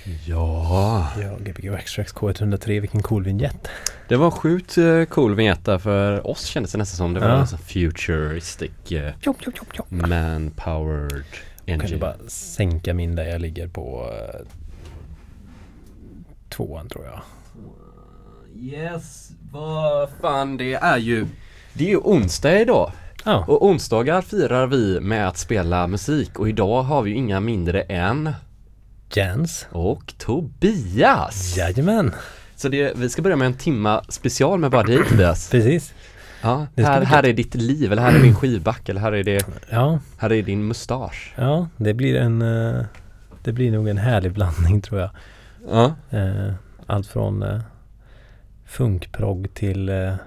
Ja. Ja, Gbg Waxtrax K103, vilken cool vignett. Det var sjukt cool vignett där. För oss kändes det nästan som det var en sån futuristic man-powered engine. Jag kan ju bara sänka min där jag ligger på 2:an tror jag. Yes, vad fan det är ju onsdag idag. Ja. Och onsdagar firar vi med att spela musik. Och idag har vi ju inga mindre än Jens och Tobias. Jajamän. Så vi ska börja med en timma special med bara dig, Tobias. Precis. Ja, här är ditt liv, eller här är din skivback, eller här är din mustasch. Ja, det blir nog en härlig blandning tror jag. Ja. Allt från funkprog till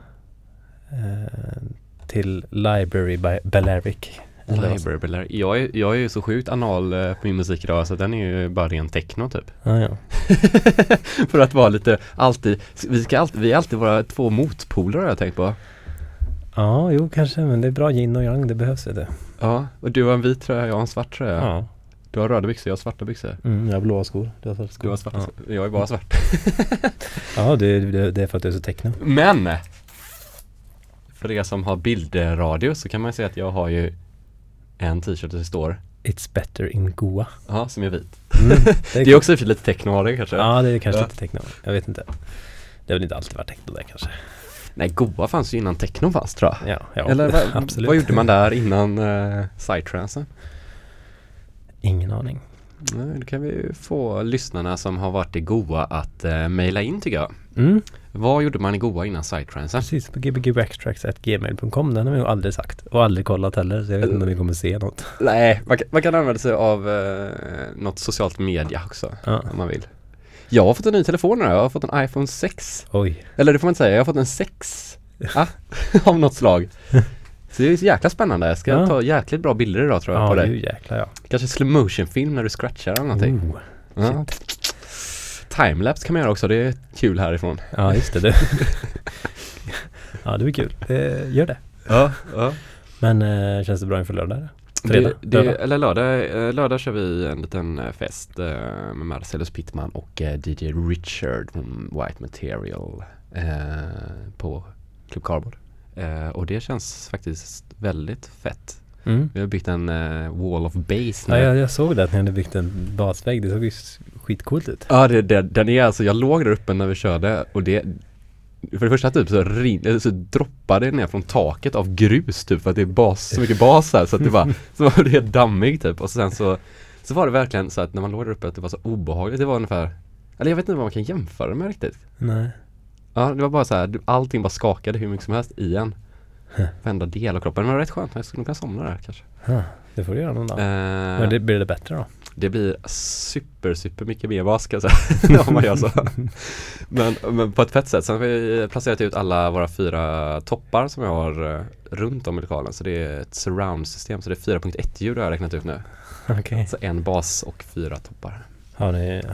Library Balearic. Library Balearic. Jag är ju så sjukt anal på min musik idag, så den är ju bara ren techno typ. Ja. För att vara lite vi är alltid våra två motpoler, har jag tänkt på. Ja, jo kanske, men det är bra yin och yang, det behövs det. Ja, och du har en vit tröja, jag har en svart tröja. Ja. Du har röda byxor, jag har svarta byxor. Jag har blåa skor, du har svarta skor. Du har svarta, jag är bara svart. Ja, det är för att du är så techno. Men för er som har bildradio så kan man säga att jag har ju en t-shirt där det står It's better in Goa. Ja, som är vit. Det är också lite techno av det kanske. Ja, det är kanske lite techno. Jag vet inte. Det har väl inte alltid varit techno där kanske. Nej, Goa fanns ju innan techno fanns, tror jag. Ja, eller absolut. Vad gjorde man där innan psytrance? Ingen aning. Nej, då kan vi ju få lyssnarna som har varit i Goa att mejla in, tycker jag. Vad gjorde man i Goa innan psytrance? Precis, på gbgwaxtrax@gmail.com. Den har vi ju aldrig sagt och aldrig kollat heller, så jag vet inte om vi kommer se något. Nej, man kan använda sig av något socialt media också, om man vill. Jag har fått en ny telefon nu, jag har fått en iPhone 6. Oj. Eller det får man inte säga, jag har fått en 6 av något slag. Så det är så jäkla spännande. Jag ska ta jäkligt bra bilder idag, tror jag, på det. Jäkla, Kanske slow motion film när du scratchar eller någonting. Timelapse kan man göra också, det är kul härifrån. Ja, just det. Ja, det är kul. Gör det. Ja. Men känns det bra inför lördag? Lördag kör vi en liten fest med Marcellus Pittman och DJ Richard från White Material på Club Cardboard. Och det känns faktiskt väldigt fett. Vi har byggt en wall of bass nu. Ja, jag såg det att ni hade byggt en basvägg. Det såg ju skitcoolt ut. Ja, den är alltså, jag låg där uppe när vi körde och det, för det första typ så droppade det ner från taket av grus typ, för att det är så mycket bas här, så att det bara så var det helt dammig typ. Och sen så var det verkligen så att när man låg där uppe att det var så obehagligt. Det var ungefär, eller jag vet inte vad man kan jämföra med riktigt. Nej. Ja, det var bara så här, allting bara skakade hur mycket som helst i en. Varenda del av kroppen. Det var rätt skönt. Jag skulle nog kunna somna där kanske. Det får du göra någon dag. Men blir det bättre då? Det blir super mycket mer bas, kan jag säga. Om man gör så. Men på ett fett sätt. Sen har vi placerat ut alla våra 4 toppar som vi har runt om i lokalen. Så det är ett surround-system. Så det är 4.1 ljud har jag räknat ut nu. Okay. Så en bas och 4 toppar. Har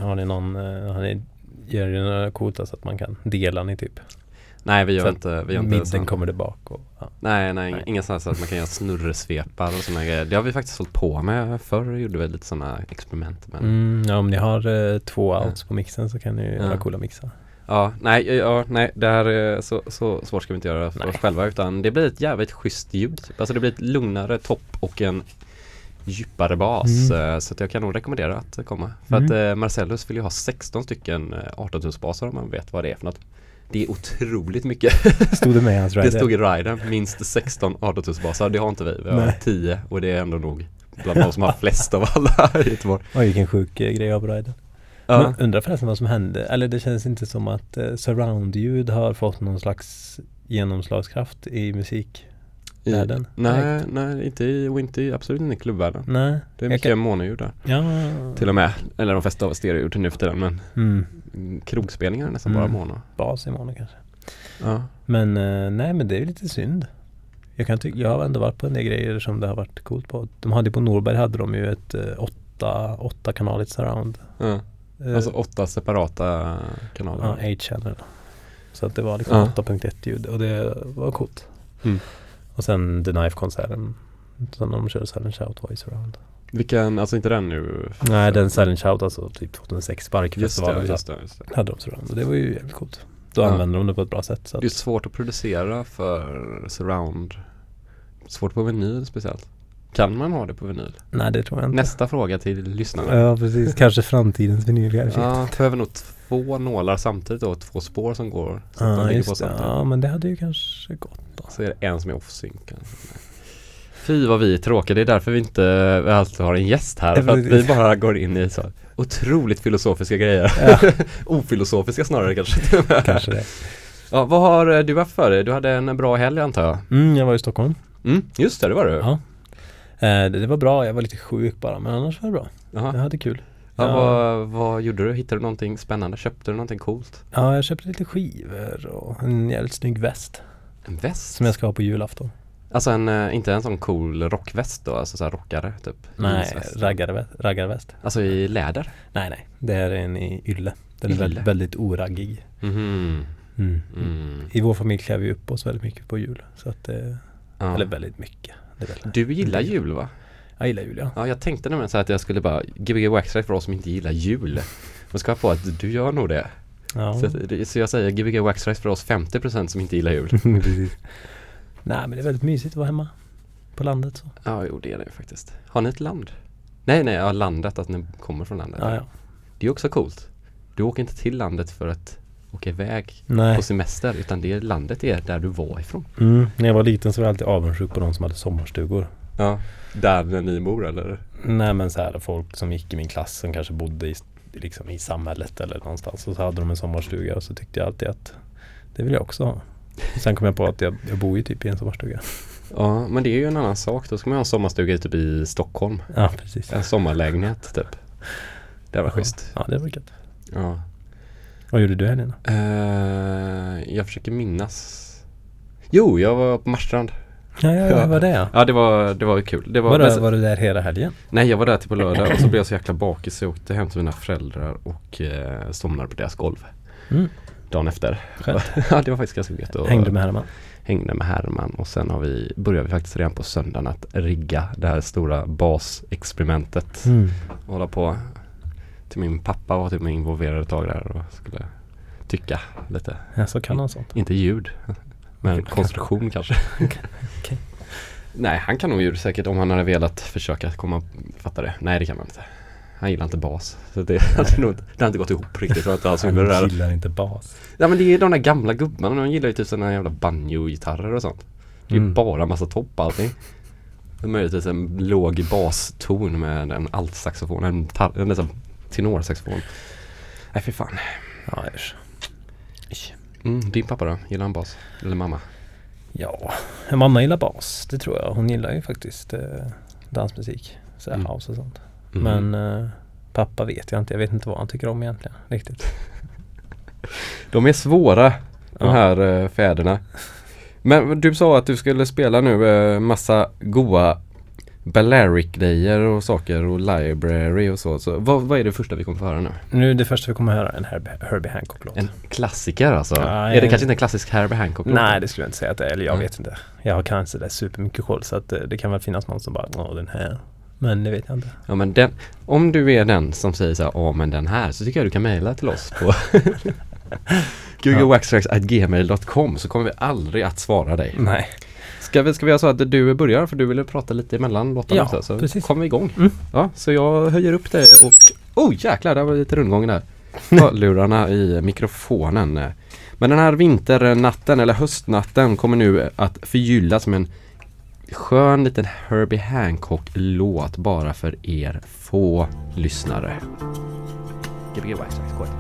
ni gör det några coolt så att man kan dela ni typ? Nej, vi gör inte midden kommer tillbaka. Nej, inga sådana så att man kan göra snurresvepar och sådana grejer. Det har vi faktiskt hållit på med. Förr gjorde vi lite sådana experiment. Men om ni har 2 outs på mixen så kan ni göra coola mixar. Ja, nej, det här är så svårt ska vi inte göra för oss själva, utan det blir ett jävligt schysst ljud. Alltså det blir ett lugnare topp och en djupare bas, så att jag kan nog rekommendera att komma. För att Marcellus vill ju ha 16 stycken 18-tumsbaser om man vet vad det är för något. Det är otroligt mycket. Stod det med hans rider? Det stod i riden, minst 16 18-tumsbaser. Det har inte vi har 10 och det är ändå nog bland de som har flest av alla i Göteborg. Oj, vilken sjuk grej av på riden. Men undrar förresten vad som hände. Eller det känns inte som att surround-ljud har fått någon slags genomslagskraft i musikvärlden. Nej, inte absolut inte i klubbvärlden. Nej. Det är mycket monoljud där. Ja. Till och med. Eller de flesta av stereoljud nu för tiden, men krogspelningar är nästan bara mono. Bas i mono kanske. Ja. Men nej, men det är lite synd. Jag har ändå varit på en del grejer som det har varit coolt på. De hade på Norberg hade de ju ett 8-kanaligt surround. Ja. Alltså 8 separata kanaler. Ja, 8-channel. Så att det var liksom 8.1 ljud och det var coolt. Och sen The Knife-konserten som de körde Silent Shout var i surround. Vilken, alltså inte den nu? Nej, den Silent Shout, alltså typ 2006 Sparkfestivalen. Just det. Hade de surround, och det var ju jävligt coolt. Då använder de det på ett bra sätt. Så det är svårt att producera för surround. Svårt på vinyl speciellt. Kan man ha det på vinyl? Nej, det tror jag inte. Nästa fråga till lyssnarna. Ja, precis. Kanske framtidens vinyl. Ja, behöver nog 2 nålar samtidigt då. 2 spår som går. Så att de just det. Ja, men det hade ju kanske gått då. Så är det en som är off-sync. Fy vad vi är tråkiga. Det är därför vi inte alltid har en gäst här. För att vi bara går in i så otroligt filosofiska grejer. Ja. Ofilosofiska snarare kanske. Kanske det. Ja, vad har du haft för dig? Du hade en bra helg antar jag. Jag var i Stockholm. Just det var du. Ja. Det var bra, jag var lite sjuk bara, men annars var det bra. Jag hade kul. Ja, vad gjorde du? Hittade du någonting spännande? Köpte du någonting coolt? Ja, jag köpte lite skivor och en jävligt snygg väst. En väst? Som jag ska ha på julafton. Alltså inte en sån cool rockväst då? Alltså så här rockare typ? Nej, raggarväst. Alltså i läder? Nej. Det är en i ylle. Den är väldigt, väldigt oraggig. I vår familj klär vi upp oss väldigt mycket på jul. Så att eller väldigt mycket. Du gillar jul va? Jag gillar jul, ja. Ja, jag tänkte nämligen så att jag skulle bara Gbg Waxtrax för oss som inte gillar jul. Man ska på att du gör nog det. Ja. Så jag säger Gbg Waxtrax för oss 50% som inte gillar jul. Nej, men det är väldigt mysigt att vara hemma på landet så. Ja, jo, det är det faktiskt. Har ni ett land? Nej, landet, att ni kommer från landet. Ja. Det är också coolt. Du åker inte till landet för att åka iväg på semester, utan det landet är där du var ifrån. När jag var liten så var jag alltid avundsjuk på de som hade sommarstugor. Ja, där när ni bor eller? Nej, men så här, folk som gick i min klass som kanske bodde i samhället eller någonstans, och så hade de en sommarstuga, och så tyckte jag alltid att det vill jag också ha. Sen kom jag på att jag bor ju typ i en sommarstuga. Ja, men det är ju en annan sak. Då ska man ha en sommarstuga typ i Stockholm. Ja, precis. En sommarlägenhet typ. Det var schysst. Ja, det var gött. Ja. Vad gjorde du här inne? Jag försöker minnas. Jo, jag var på Marstrand. Ja, var det? Ja, det var kul. Var du där hela helgen? Nej, jag var där till på lördag och så blev jag så jäkla bakis så jag åkte hem till mina föräldrar och somnade på deras golv. Dagen efter. Ja, det var faktiskt ganska gött. Hängde med Herman och sen började vi faktiskt redan på söndagen att rigga det här stora basexperimentet. Hålla på. Till min pappa var typ involverad ett tag där och skulle tycka lite. Ja, så kan han sånt. Inte ljud, men konstruktion kanske. Okay. Nej, han kan nog ljud säkert om han hade velat försöka fatta det. Nej, det kan man inte. Han gillar inte bas. Så det har inte gått ihop riktigt. Han gillar inte bas. Ja, men det är de där gamla gubbarna. De gillar ju typ sådana jävla banjo-gitarrer och sånt. Det är bara massa topp allting. Det är möjligtvis en låg baston med en altsaxofon. En nästan tenorsaxofon. Nej, för fan. Ja, din pappa då? Gillar han bas? Eller mamma? Ja, mamma gillar bas. Det tror jag. Hon gillar ju faktiskt dansmusik. Så house och sånt. Men pappa vet jag inte. Jag vet inte vad han tycker om egentligen. Riktigt. De är svåra, de här fäderna. Men du sa att du skulle spela nu massa goa Balearic-grejer och saker och library och så vad är det första vi kommer få höra nu? Nu det första vi kommer höra är en Herbie Hancock-låt. En klassiker alltså? Är det kanske inte en klassisk Herbie Hancock-låt? Nej, det skulle jag inte säga att det är. Eller jag vet inte. Jag har kanske det supermycket koll så att det kan väl finnas någon som bara, den här. Men det vet jag inte. Ja, men om du är den som säger så här, men den här, så tycker jag du kan mejla till oss på googlewaxtrax@gmail.com så kommer vi aldrig att svara dig. Nej. Ska vi göra så att du börjar, för du ville prata lite emellan låtarna också, så precis. Kommer vi igång. Ja, så jag höjer upp det och jäklar, det var lite rundgång där. Lurarna i mikrofonen. Men den här vinternatten eller höstnatten kommer nu att förgyllas med en skön liten Herbie Hancock-låt bara för er få lyssnare. Gbg Waxtrax, gå.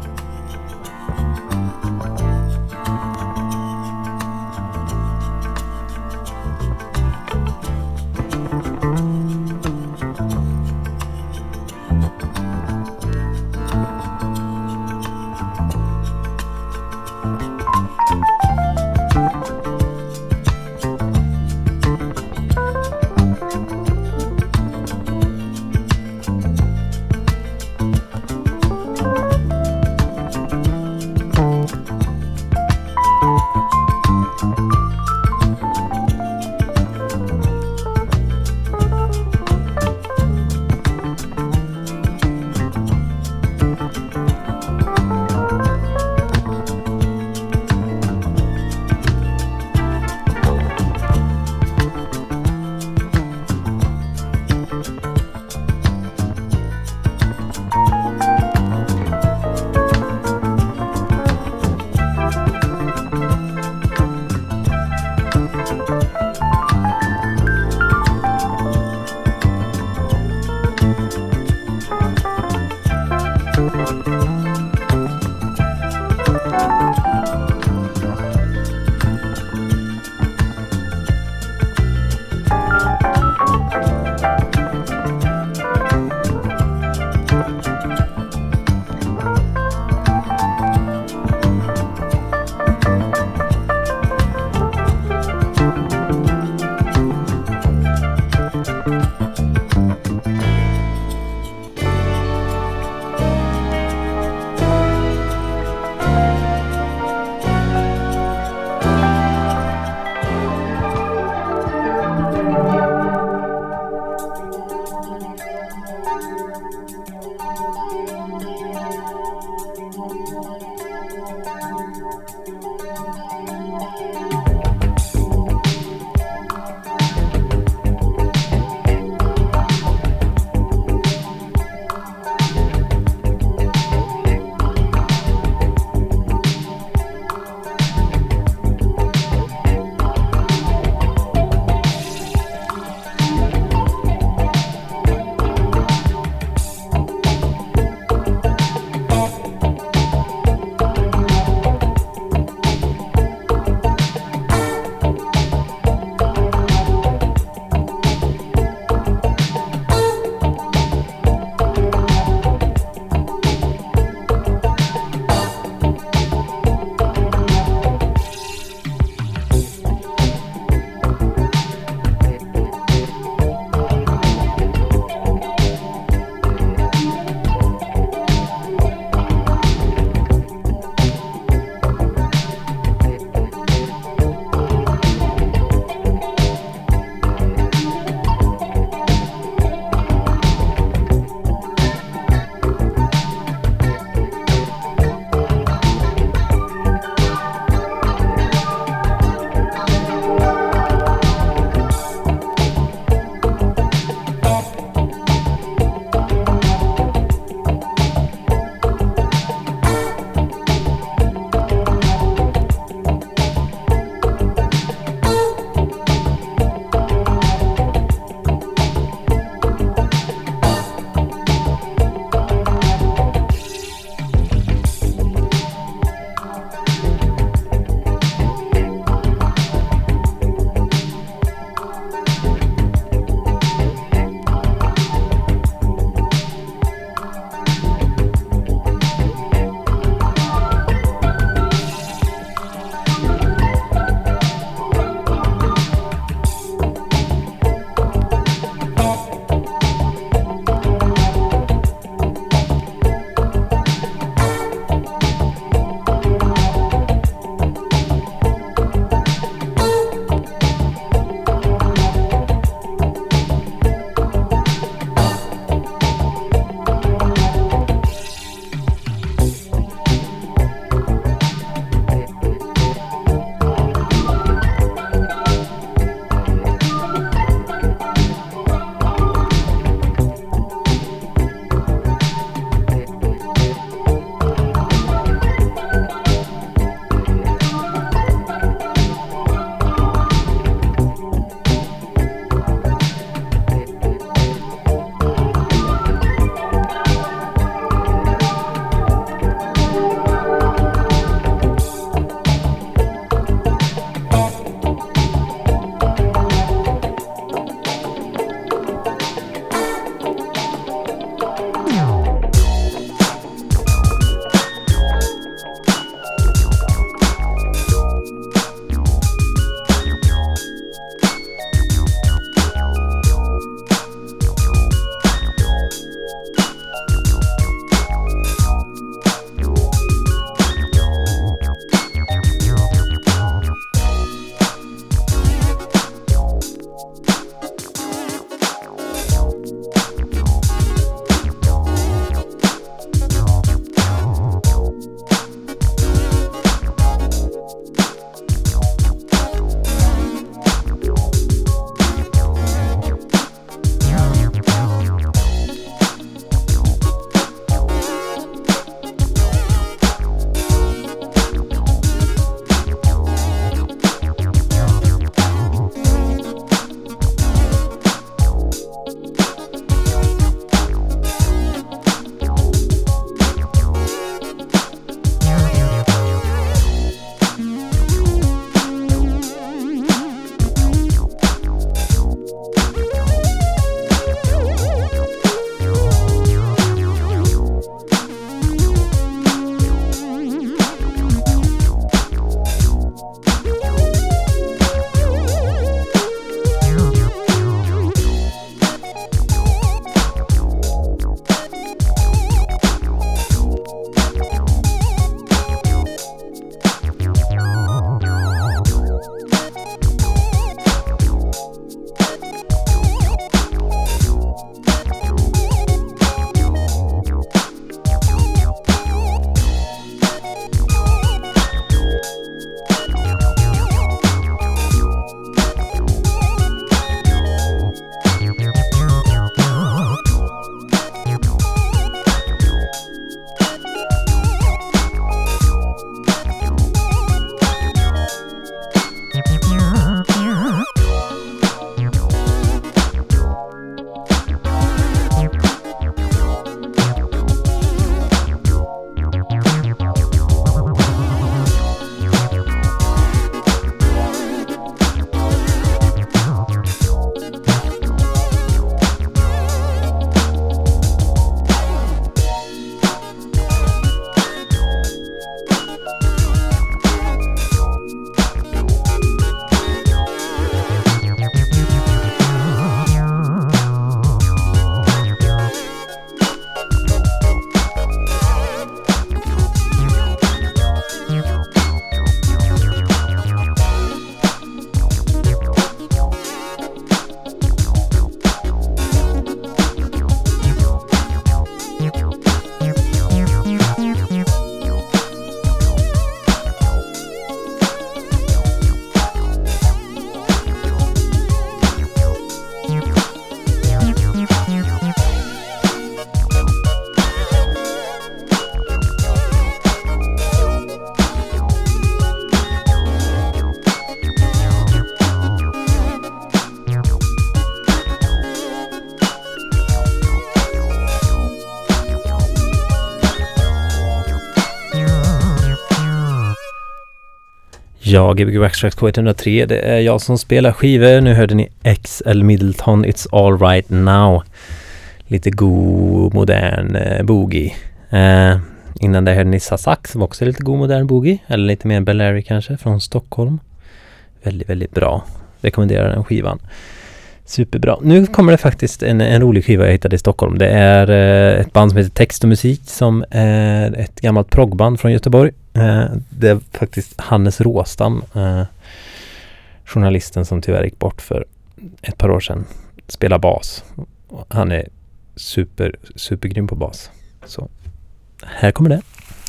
Ja, Gbg Waxtrax K103, det är jag som spelar skivor. Nu hörde ni XL Middleton, It's All Right Now. Lite god, modern boogie. Innan det hörde ni Sasak, som också är lite god, modern boogie. Eller lite mer Bellary kanske, från Stockholm. Väldigt, väldigt bra. Rekommenderar den skivan. Superbra. Nu kommer det faktiskt en rolig skiva jag hittade i Stockholm. Det är ett band som heter Text och Musik, som är ett gammalt proggband från Göteborg. Det är faktiskt Hannes Råstam, journalisten som tyvärr gick bort för ett par år sedan, spelar bas. Han är supergrym på bas. Så här kommer det.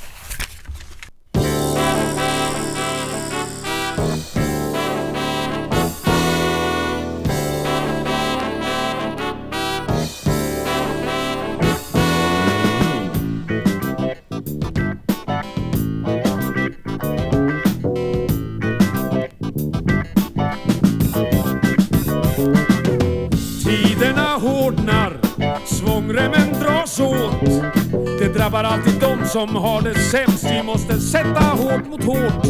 Svångremmen dras åt. Det drabbar alltid de som har det sämst. Vi måste sätta hårt mot hårt.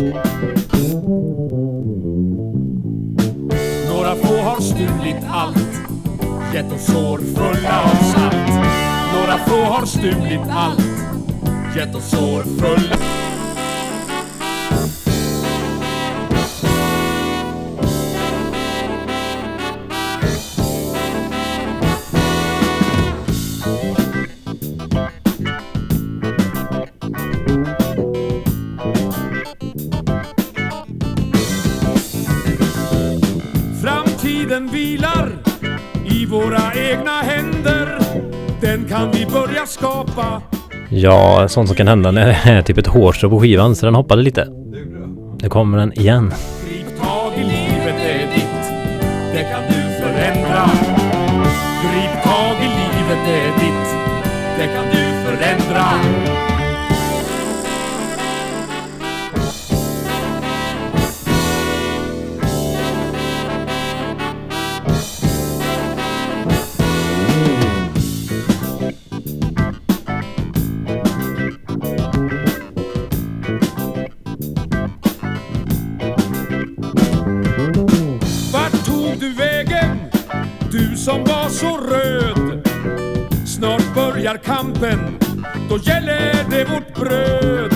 Några få har stulit allt, gett oss sår fulla av salt. Några få har stulit allt, gett oss sår fulla. Den vilar i våra egna händer. Den kan vi börja skapa. Ja, sånt som kan hända när det är typ ett hårstrå på skivan, så den hoppade lite. Nu kommer den igen. Grip tag i livet är ditt. Det kan du förändra. Grip tag i livet är ditt. Det kan du förändra. Som var så röd. Snart börjar kampen. Då gäller det vårt bröd.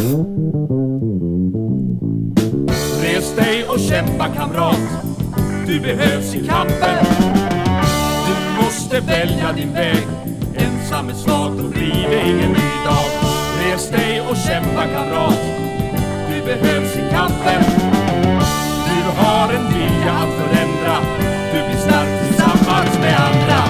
Res dig och kämpa, kamrat. Du behövs i kampen. Du måste välja din väg. Ensam är svag, då blir det ingen ny dag. Res dig och kämpa, kamrat. Du behövs i kampen. Du har en vilja att förändra. Du blir stark tillsammans med andra.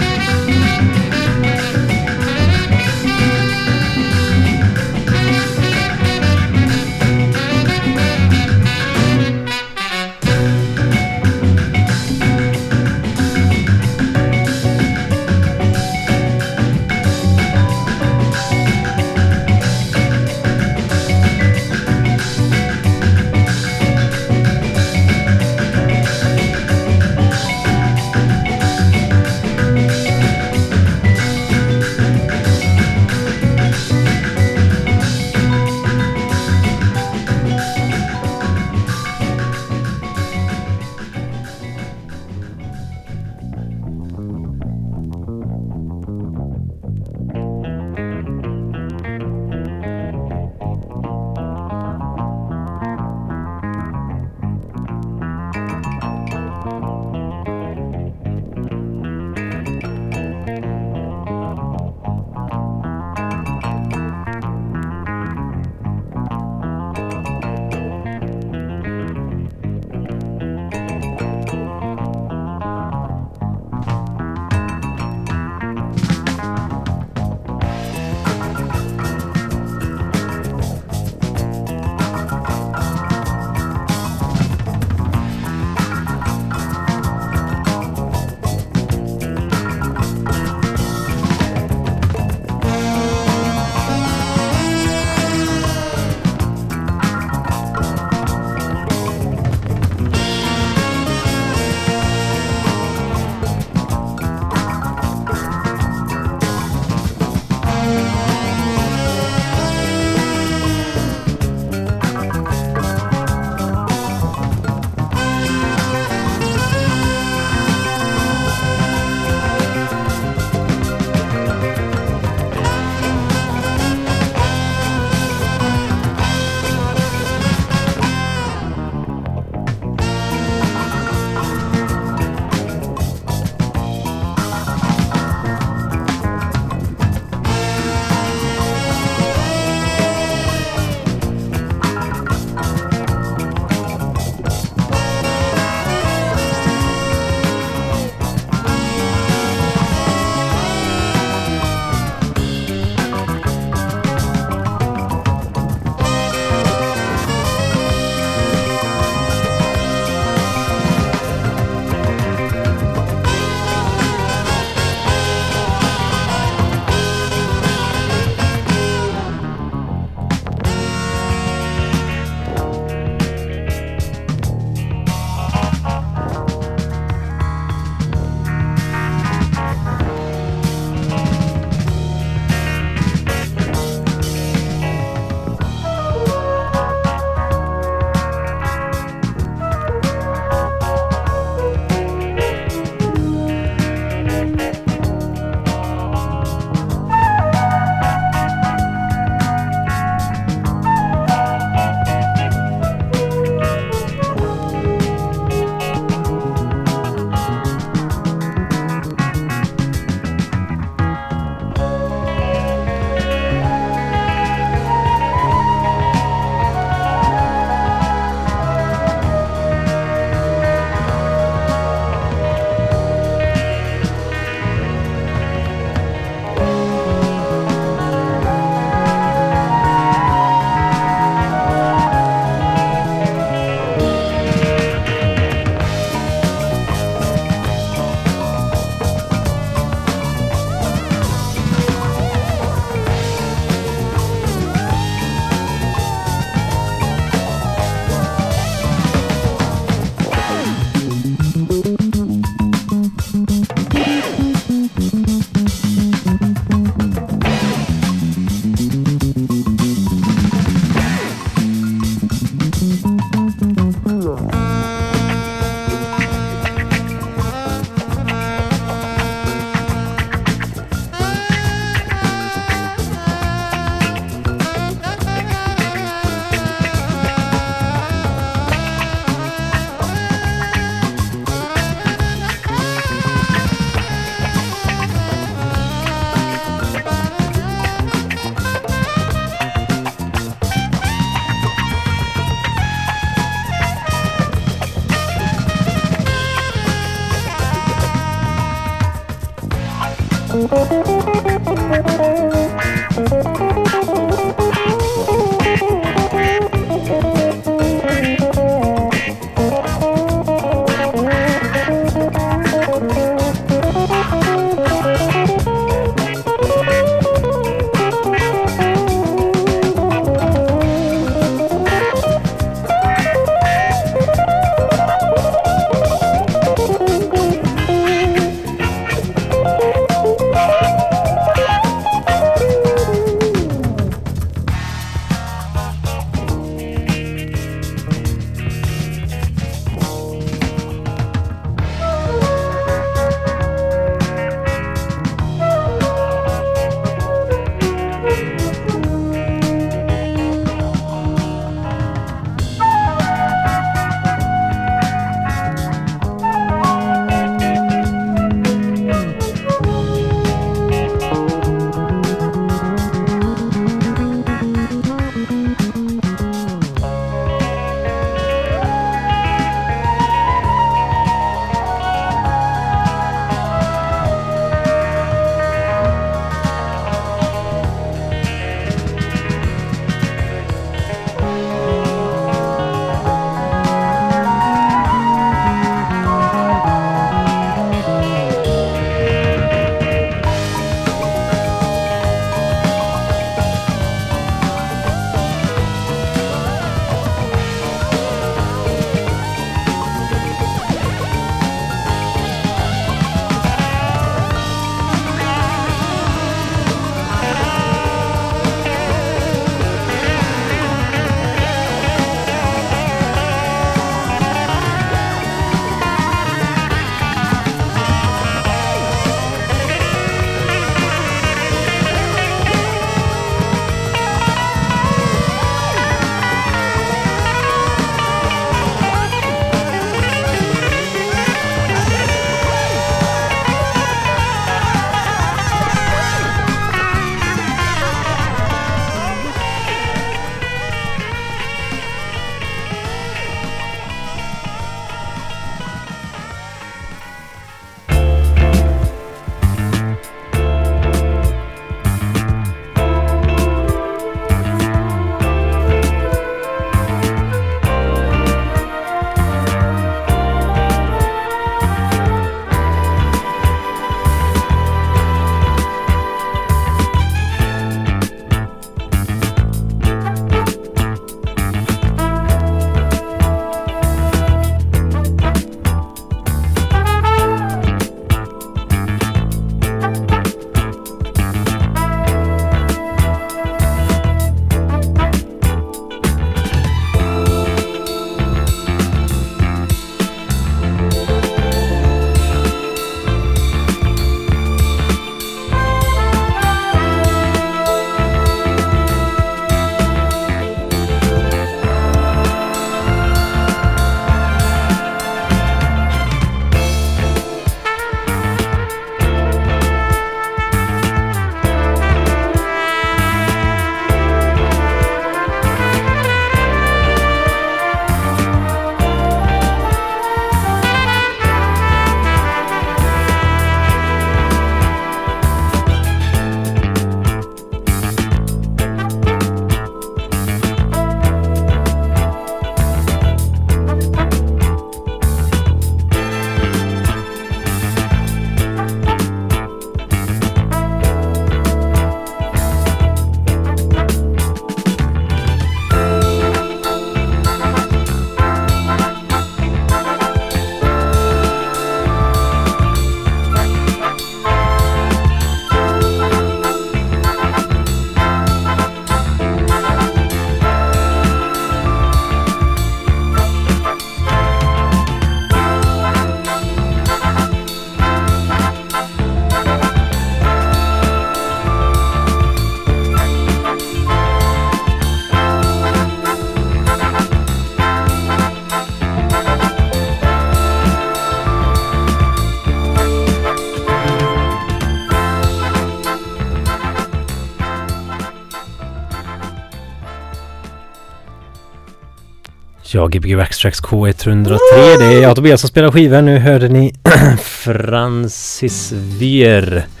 Ja, Gbg Backtracks K103. Det är jag, Tobias, som spelar skivan. Nu hörde ni Francis Vier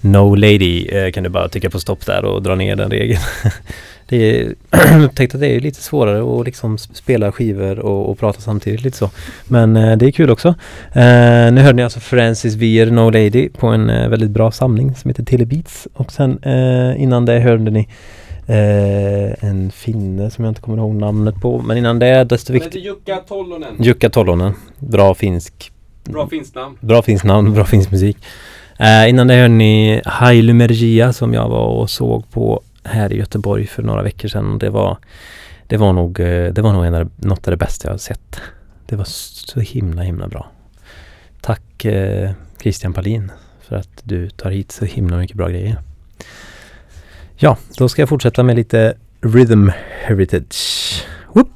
No Lady kan du bara trycka på stopp där och dra ner den regeln. Jag upptäckte att det är lite svårare att liksom spela skivor och prata samtidigt lite så. Men det är kul också. Nu hörde ni alltså Francis Veer No Lady på en väldigt bra samling som heter Telebeats. Och sen innan det hörde ni en finne som jag inte kommer ihåg namnet på. Men innan det är desto viktigt. Jukka Tollonen. Bra finskt namn, bra finsk musik. Innan det hörde ni Hailumergia som jag var och såg på här i Göteborg för några veckor sedan. Det var nog något av det bästa jag har sett. Det var så himla bra. Tack Christian Palin för att du tar hit så himla mycket bra grejer. Ja, då ska jag fortsätta med lite Rhythm Heritage. Whoop!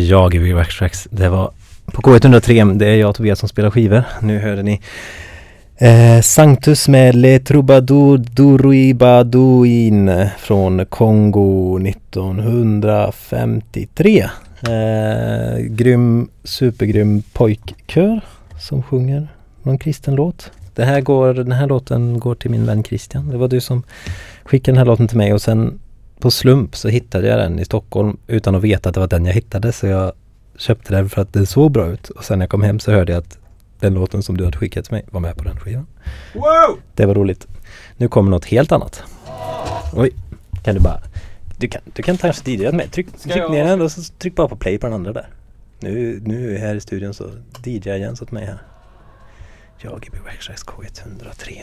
Jag i Wax-Tracks. Det var på K103. Det är jag och Tobias som spelar skivor. Nu hörde ni Sanctus med Le Troubadour d'Uruibadouin från Kongo 1953. Supergrym pojkkör som sjunger någon kristen låt. Den här låten går till min vän Christian. Det var du som skickade den här låten till mig och sen på slump så hittade jag den i Stockholm utan att veta att det var den jag hittade, så jag köpte den för att den såg bra ut och sen när jag kom hem så hörde jag att den låten som du hade skickat till mig var med på den skivan. Wow! Det var roligt. Nu kommer något helt annat. Oj, kan du bara... Du kan kanske DJa med. Tryck ner den och så tryck bara på play på den andra där. Nu här i studion så DJar Jens åt mig här. Jag är Wax-Tracks K103.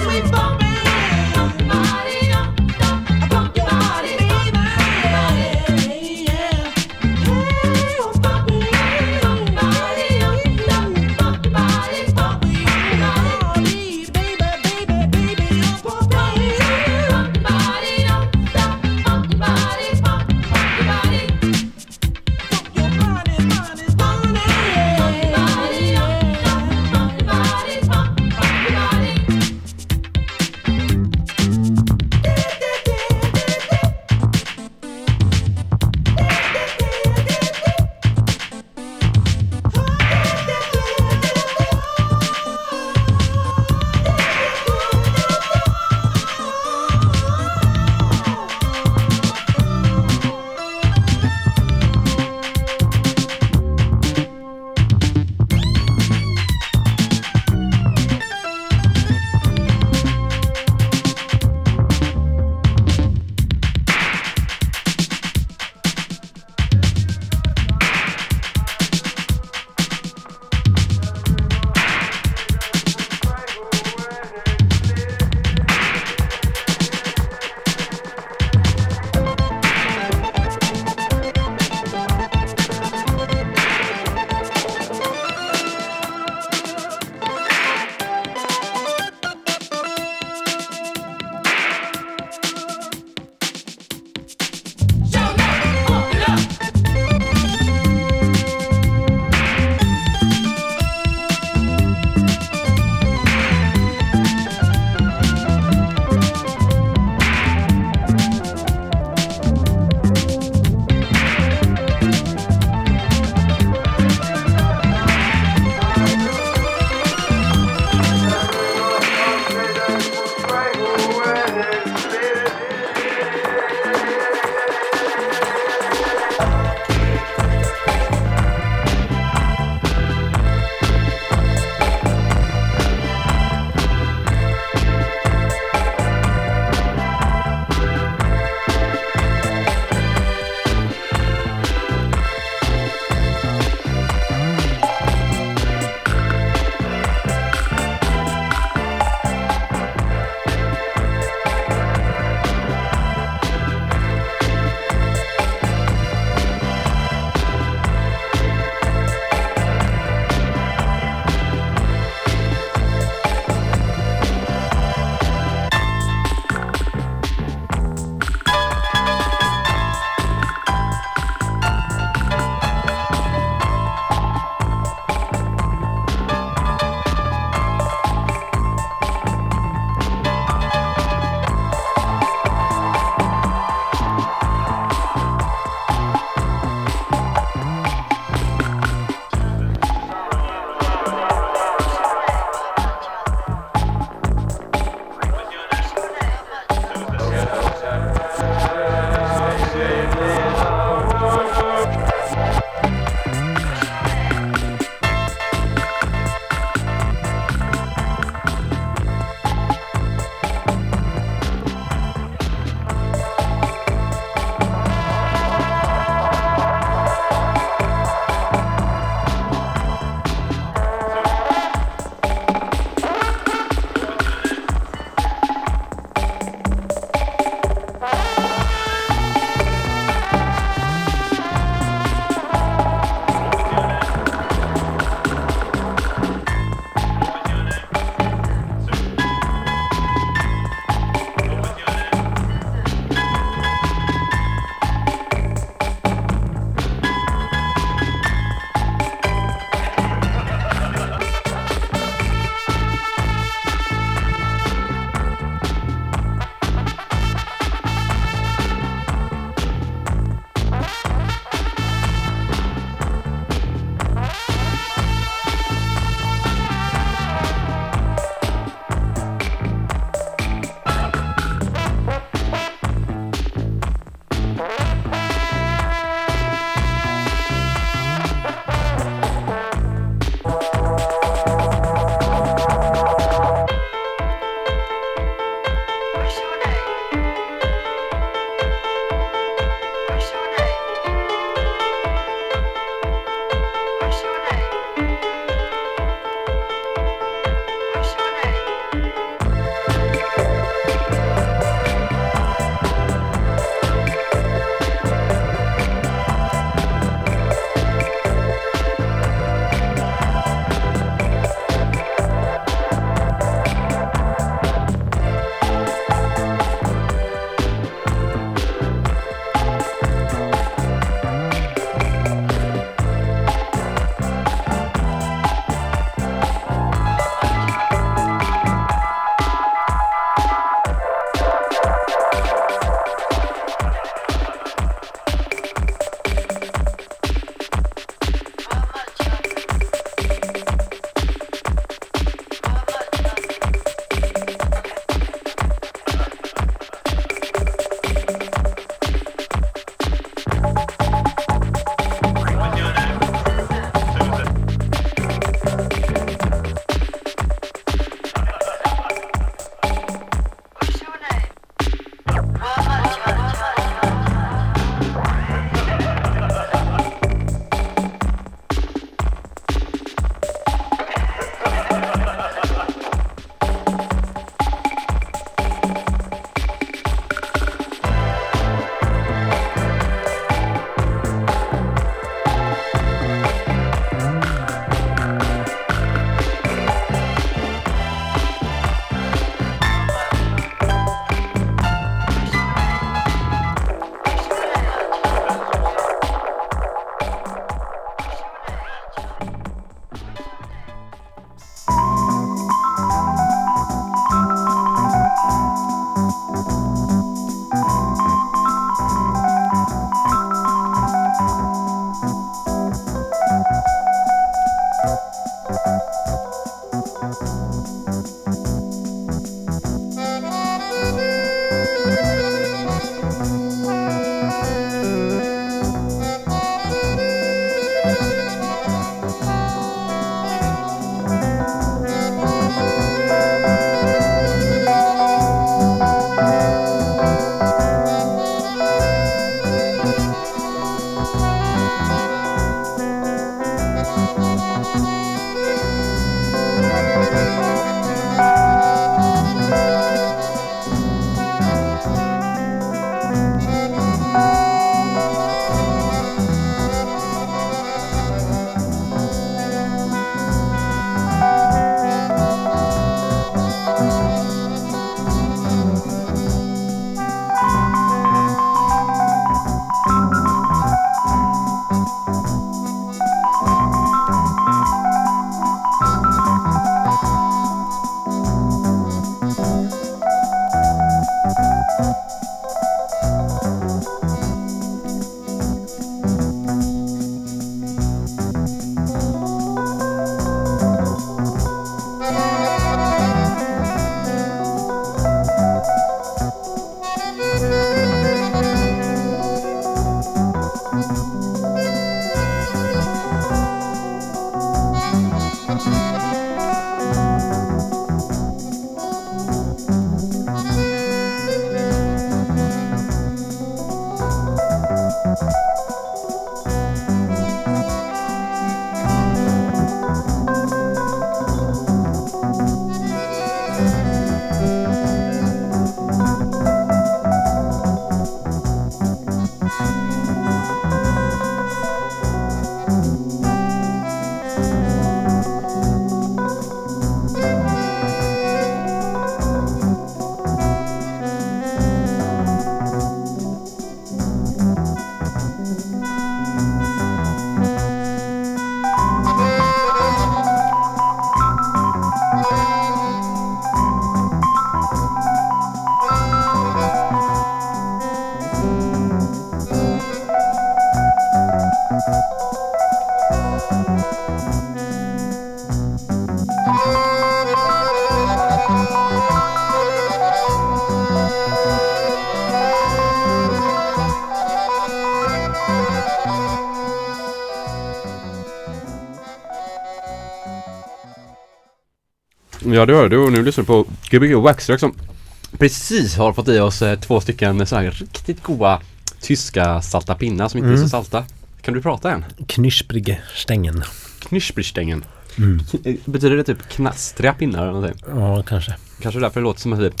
Ja, det gör du. Och nu lyssnar du på Gbg Waxtrack som precis har fått i oss 2 stycken så här riktigt goda tyska salta pinnar som inte är så salta. Kan du prata än? Knusprige-stängen. Knuspristängen. Betyder det typ knastriga pinnar eller någonting? Ja, kanske. Kanske därför det låter som att det...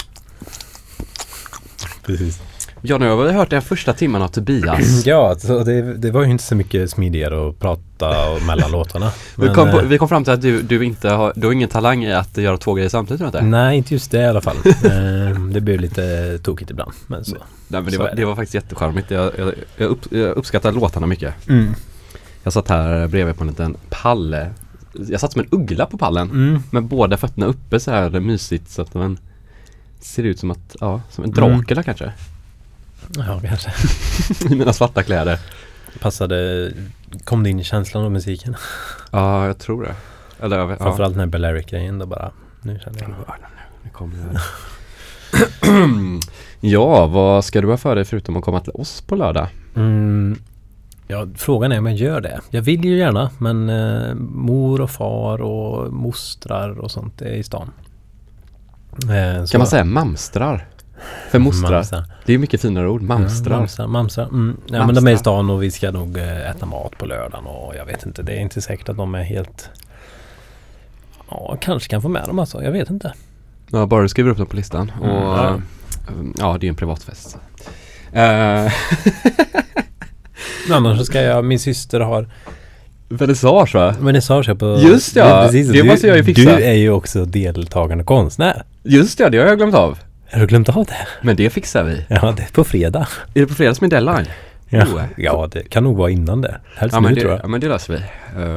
Precis. Ja, nu har vi hört den första timmen av Tobias. Ja, så det var ju inte så mycket smidigare att prata mellan låtarna. Men, vi kom fram till att du har ingen talang i att göra 2 grejer samtidigt, tror jag inte. Nej, inte just det i alla fall. Det blev lite tokigt ibland. Men så. Nej, men det var faktiskt jättecharmigt. Jag uppskattar låtarna mycket. Jag satt här bredvid på en liten pall. Jag satt som en uggla på pallen. Med båda fötterna uppe så här mysigt. Så att man ser ut som att, som en Dracula kanske. Ja, kanske. I mina svarta kläder. Kom det in i känslan av musiken? Ja, jag tror det. Eller, framförallt den här Balearic-grejen då bara. Nu känner jag nu kommer det. Ja, vad ska du ha för dig förutom att komma till oss på lördag? Ja, frågan är om jag gör det. Jag vill ju gärna, men mor och far och mostrar och sånt är i stan. Kan man säga mamstrar? För mostrar. Det är mycket finare ord. Mamstrar. Ja, mamsar. Ja, men de är i stan och vi ska nog äta mat på lördagen och jag vet inte. Det är inte säkert att de är helt... Ja, kanske kan få med dem alltså. Jag vet inte. Ja, bara du skriver upp dem på listan. Och ja, det är en privatfest. Annars så ska min syster har vernissage, va? Vernissage på... Just ja, precis. Det måste jag ju fixa. Du är ju också deltagande konstnär. Just ja, det har jag glömt av. Har du glömt av det? Men det fixar vi. Ja, det är på fredag. Är det på fredag som är deadline? Ja, det kan nog vara innan det. Helst nu, tror jag. Ja, men det löser vi.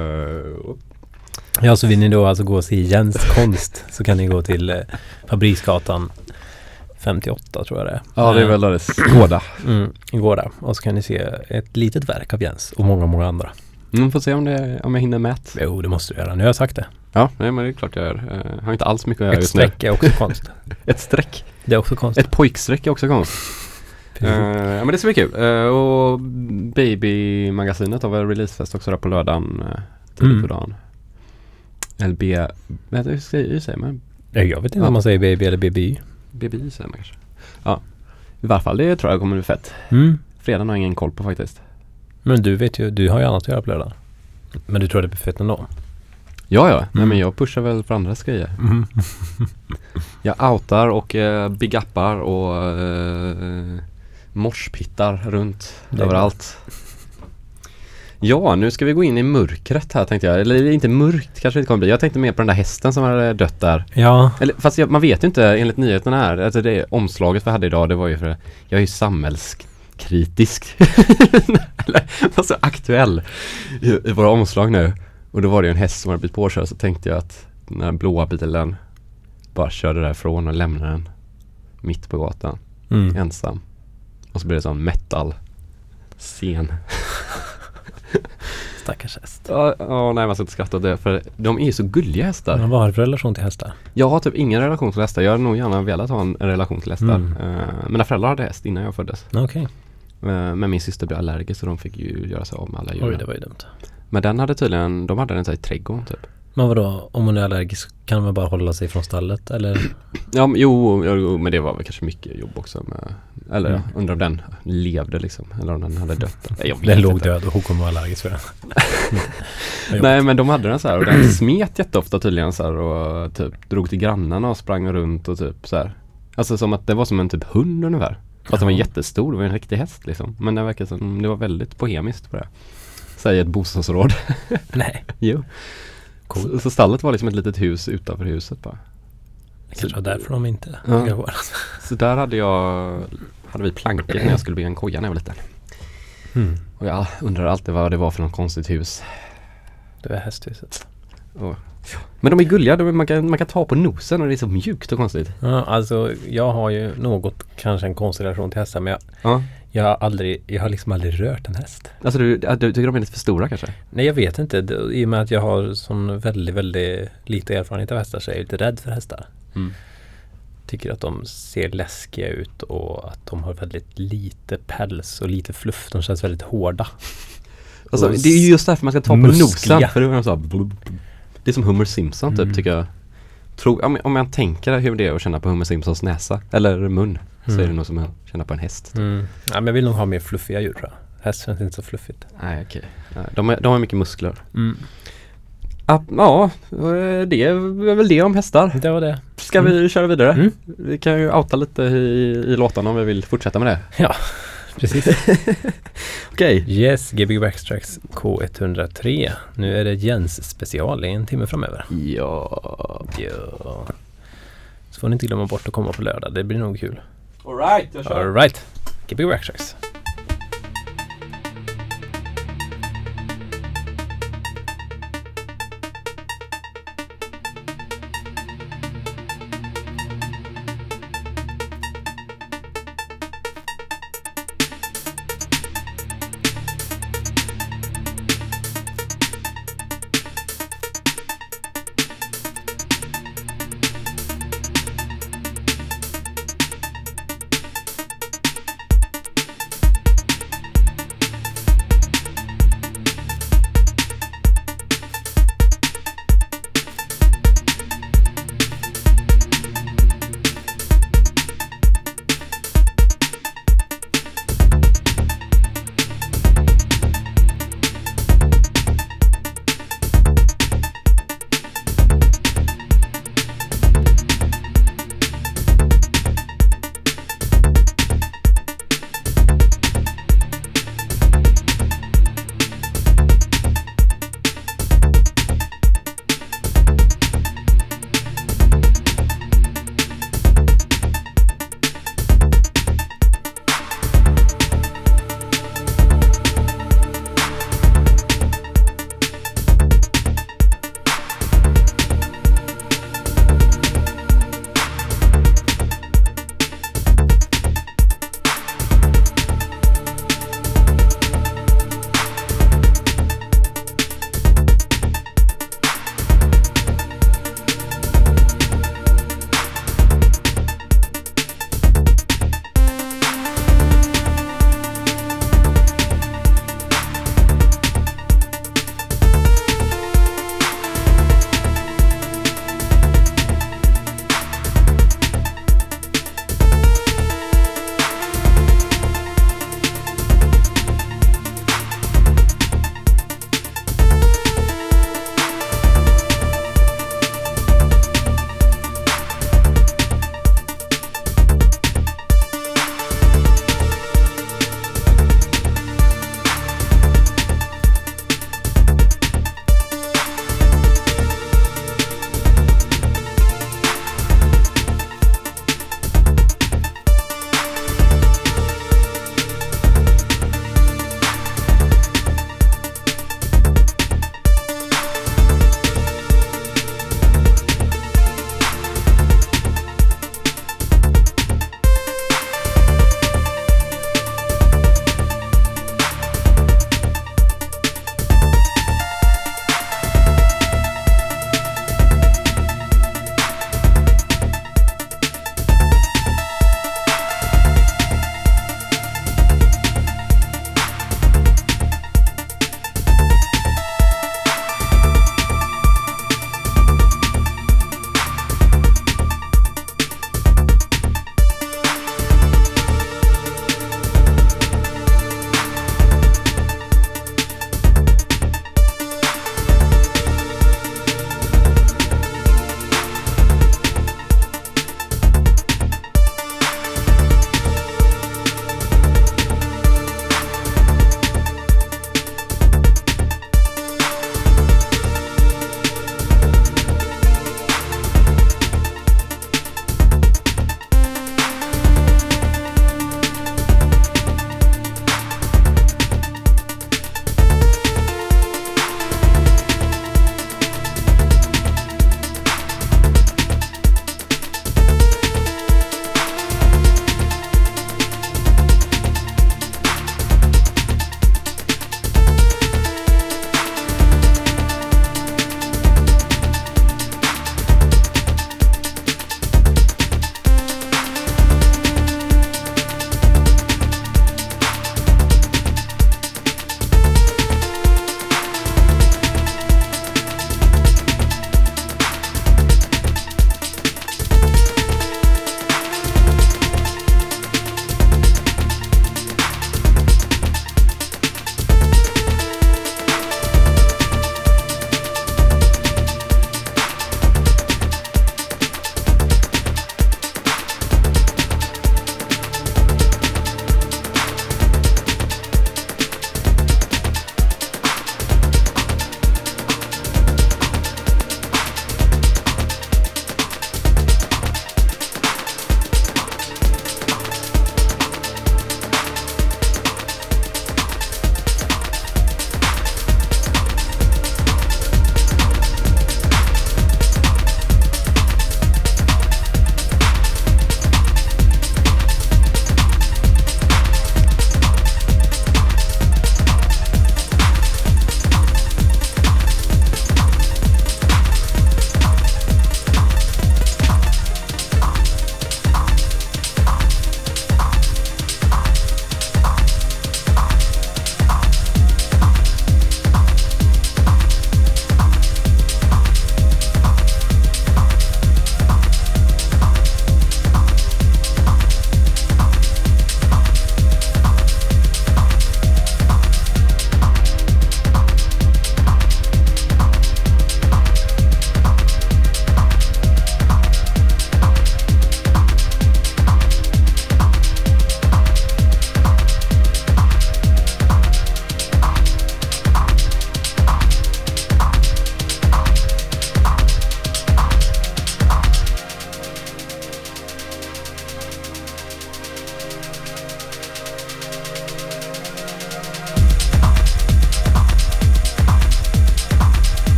Ja, så vill ni då alltså gå och se Jens konst så kan ni gå till Fabriksgatan 58, tror jag det är. Ja, det är väl där Gårda. I Gårda. Och så kan ni se ett litet verk av Jens och många, många andra. Får se om jag hinner med. Jo, det måste du göra. Nu har jag sagt det. Ja, nej, men det är klart jag gör. Jag har inte alls mycket att göra just nu. Ett streck är också konst. Ett streck? Det är också konst. Ett pojkstreck är också konst. Ja, men det ska bli kul. Och Baby-magasinet har väl releasefest också där på lördagen. Tidigt på dagen. LB... Hur säger man? Jag vet inte om man säger baby eller BBY. BBY säger man kanske. Ja, i varje fall det tror jag kommer bli fett. Fredagen har jag ingen koll på faktiskt. Men du vet ju, du har ju annat att göra på lördag. Men du tror det blir fett ändå? Ja. Nej, men jag pushar väl för andras grejer. Jag outar och big-uppar och morspittar runt överallt. Ja, nu ska vi gå in i mörkret här, tänkte jag. Eller inte mörkt, kanske inte kommer bli. Jag tänkte mer på den där hästen som hade dött där. Ja. Eller, fast man vet ju inte enligt nyheterna här. Alltså det omslaget vi hade idag, det var ju för... Jag är ju samhällskritisk. Alltså aktuell i våra omslag nu. Och då var det ju en häst som hade blivit påkörd. Så tänkte jag att den här blåa bilen bara körde därifrån och lämnade den mitt på gatan. Ensam. Och så blir det sån metal-scen. Stackars häst. Ja, nej, man ska inte skratta åt det. För de är ju så gulliga hästar. Men vad har du för relation till hästar? Jag har typ ingen relation till hästar. Jag hade nog gärna velat ha en relation till hästar. Mina föräldrar hade häst innan jag föddes. Okej. Men min syster blev allergisk så de fick ju göra sig av med alla djur. Oj, det var ju dumt. Men de hade den så i trädgården typ. Men vadå, om man är allergisk kan man bara hålla sig från stallet eller? Ja, jo, men det var väl kanske mycket jobb också med, eller undrar om den levde liksom, eller om den hade dött. Den låg död och hon kommer vara allergisk för den. Nej, men de hade den så här och den smet jätteofta tydligen så här och typ drog till grannarna och sprang runt och typ så här. Alltså som att det var som en typ hund ungefär. Fast den var jättestor, det var en riktig häst liksom. Men det verkar som det var väldigt bohemiskt på det. Säger ett bostadsråd. Nej. Jo. Cool. Så stallet var liksom ett litet hus utanför huset bara. Det kanske var därför de inte går. Så där hade vi plankor när jag skulle bygga en koja när jag var liten. Och jag undrar alltid vad det var för något konstigt hus. Det var hästhuset. Men de är gulliga, man kan ta på nosen och det är så mjukt och konstigt. Ja, alltså jag har ju kanske en konstig relation till hästar, men jag har liksom aldrig rört en häst. Alltså du tycker de är lite för stora kanske? Nej, jag vet inte. I och med att jag har sån väldigt, väldigt lite erfarenhet av hästar så är jag lite rädd för hästar. Tycker att de ser läskiga ut och att de har väldigt lite päls och lite fluff. De känns väldigt hårda. Alltså, det är just därför man ska ta på nosen. För det är så här, det är som Homer Simpson typ, tycker jag. tror, om jag tänker hur det är att känna på Homer Simpsons näsa eller mun, så är det nog som att känna på en häst. Ja, men jag vill nog ha mer fluffiga djur, tror jag. Häst känns inte så fluffigt. Nej, okej. De har mycket muskler. Ja, det är väl det om hästar. Det var det. Ska vi köra vidare? Vi kan ju outa lite i låtarna om vi vill fortsätta med det. Ja, precis. Okej. Yes, Gbg Backtracks K103. Nu är det Jens special i en timme framöver. Ja. Så får ni inte glömma bort att komma på lördag. Det blir nog kul. Alright, jag kör. Alright, Gbg Backtracks.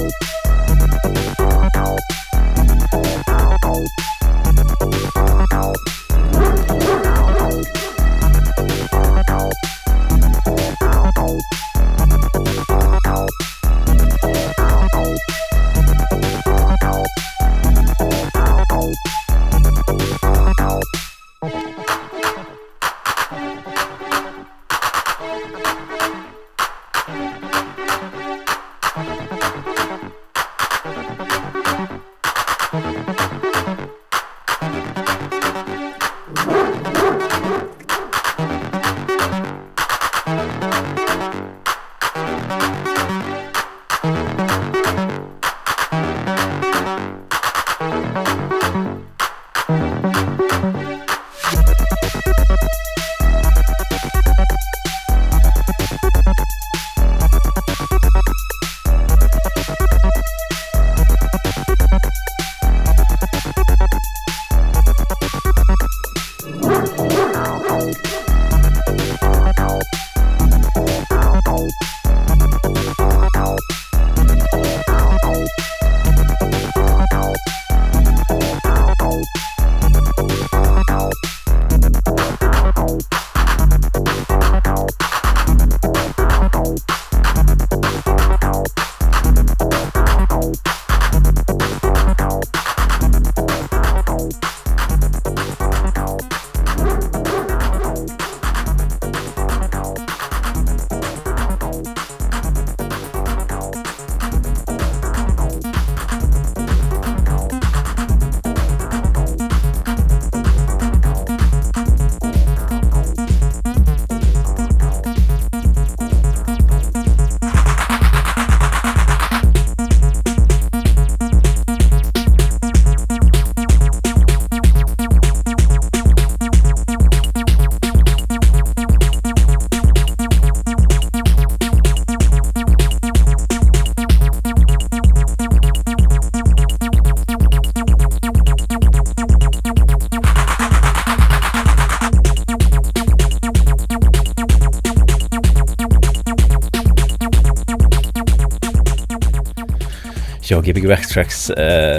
Ja, Gbg Backtracks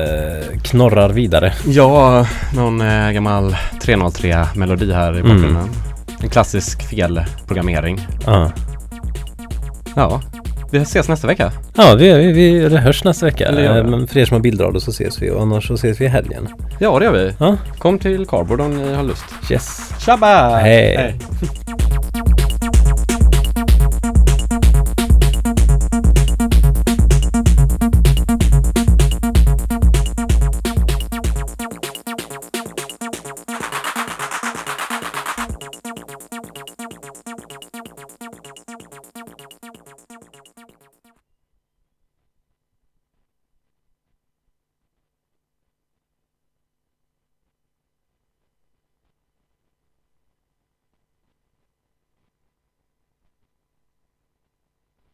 knorrar vidare. Ja, någon gammal 303-melodi här i bakgrunden. En klassisk felprogrammering. Ja, vi ses nästa vecka. Ja, vi hörs nästa vecka. Eller men för er som har bildradio så ses vi, och annars så ses vi i helgen. Ja, det gör vi. Ja. Kom till Cardboard om ni har lust. Yes. Tjabba! Hej.